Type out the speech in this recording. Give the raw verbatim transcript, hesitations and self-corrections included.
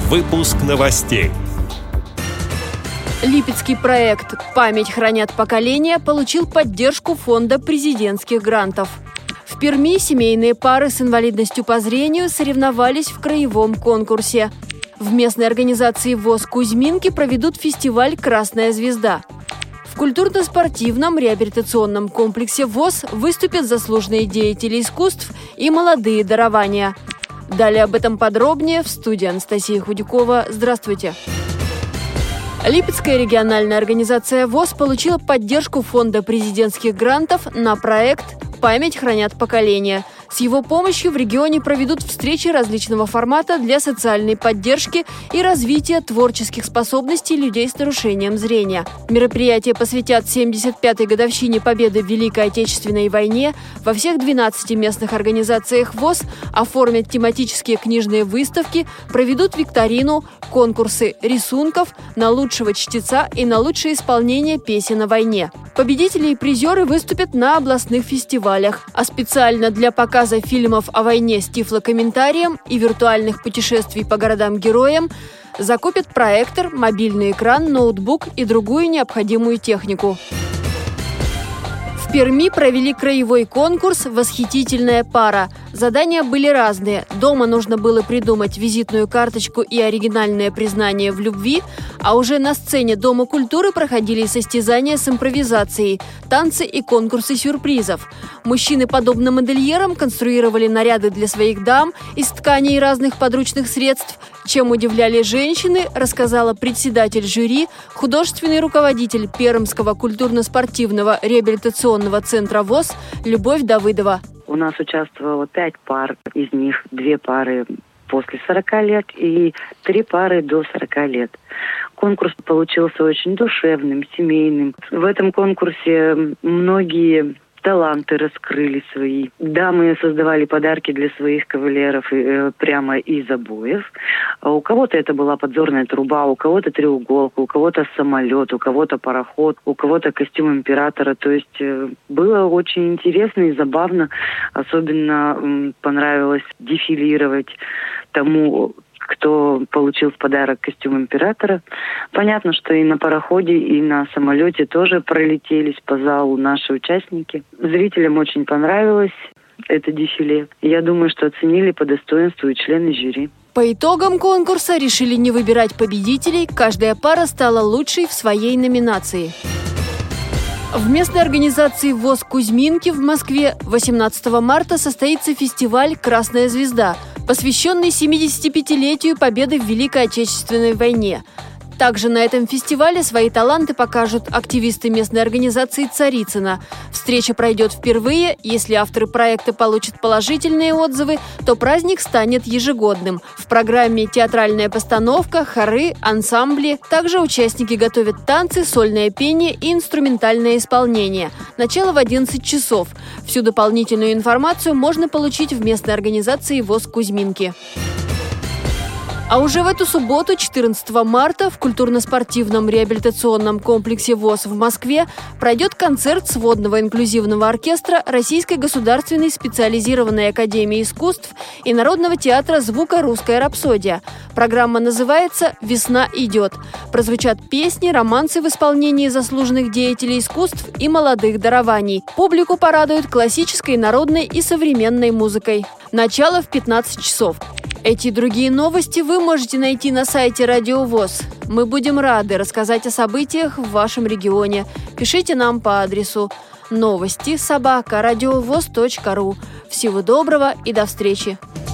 Выпуск новостей. Липецкий проект «Память хранят поколения» получил поддержку Фонда президентских грантов. В Перми семейные пары с инвалидностью по зрению соревновались в краевом конкурсе. В местной организации ВОС Кузьминки проведут фестиваль «Красная звезда». В культурно-спортивном реабилитационном комплексе ВОС выступят заслуженные деятели искусств и молодые дарования. Далее об этом подробнее в студии Анастасия Худякова. Здравствуйте! Липецкая региональная организация ВОС получила поддержку Фонда президентских грантов на проект «Память хранят поколения». С его помощью в регионе проведут встречи различного формата для социальной поддержки и развития творческих способностей людей с нарушением зрения. Мероприятия посвятят семьдесят пятой годовщине победы в Великой Отечественной войне, во всех двенадцати местных организациях ВОС оформят тематические книжные выставки, проведут викторину, конкурсы рисунков на лучшего чтеца и на лучшее исполнение песен о войне. Победители и призеры выступят на областных фестивалях, а специально для показа фильмов о войне с тифлокомментарием и виртуальных путешествий по городам-героям закупят проектор, мобильный экран, ноутбук и другую необходимую технику. В Перми провели краевой конкурс «Восхитительная пара». Задания были разные. Дома нужно было придумать визитную карточку и оригинальное признание в любви, а уже на сцене Дома культуры проходили состязания с импровизацией, танцы и конкурсы сюрпризов. Мужчины, подобно модельерам, конструировали наряды для своих дам из тканей и разных подручных средств. Чем удивляли женщины, рассказала председатель жюри, художественный руководитель Пермского культурно-спортивного реабилитационного центра ВОС Любовь Давыдова. У нас участвовало пять пар, из них две пары после сорока лет и три пары до сорока лет. Конкурс получился очень душевным, семейным. В этом конкурсе многие таланты раскрыли свои. Дамы создавали подарки для своих кавалеров э, прямо из обоев. А у кого-то это была подзорная труба, у кого-то треуголка, у кого-то самолет, у кого-то пароход, у кого-то костюм императора. То есть э, было очень интересно и забавно. Особенно э, понравилось дефилировать тому, кто получил в подарок костюм императора. Понятно, что и на пароходе, и на самолете тоже пролетелись по залу наши участники. Зрителям очень понравилось это дефиле. Я думаю, что оценили по достоинству и члены жюри. По итогам конкурса решили не выбирать победителей. Каждая пара стала лучшей в своей номинации. В местной организации ВОС Кузьминки в Москве восемнадцатого марта состоится фестиваль «Красная звезда», посвященный семидесятипятилетию победы в Великой Отечественной войне. Также на этом фестивале свои таланты покажут активисты местной организации «Царицына». Встреча пройдет впервые. Если авторы проекта получат положительные отзывы, то праздник станет ежегодным. В программе театральная постановка, хоры, ансамбли. Также участники готовят танцы, сольное пение и инструментальное исполнение. Начало в одиннадцать часов. Всю дополнительную информацию можно получить в местной организации ВОС Кузьминки. А уже в эту субботу, четырнадцатого марта, в культурно-спортивном реабилитационном комплексе ВОС в Москве пройдет концерт сводного инклюзивного оркестра Российской государственной специализированной академии искусств и Народного театра звука «Русская рапсодия». Программа называется «Весна идет». Прозвучат песни, романсы в исполнении заслуженных деятелей искусств и молодых дарований. Публику порадуют классической, народной и современной музыкой. Начало в пятнадцать часов. Эти и другие новости вы можете найти на сайте Радио ВОС. Мы будем рады рассказать о событиях в вашем регионе. Пишите нам по адресу новости собака радиовос точка ру. Всего доброго и до встречи!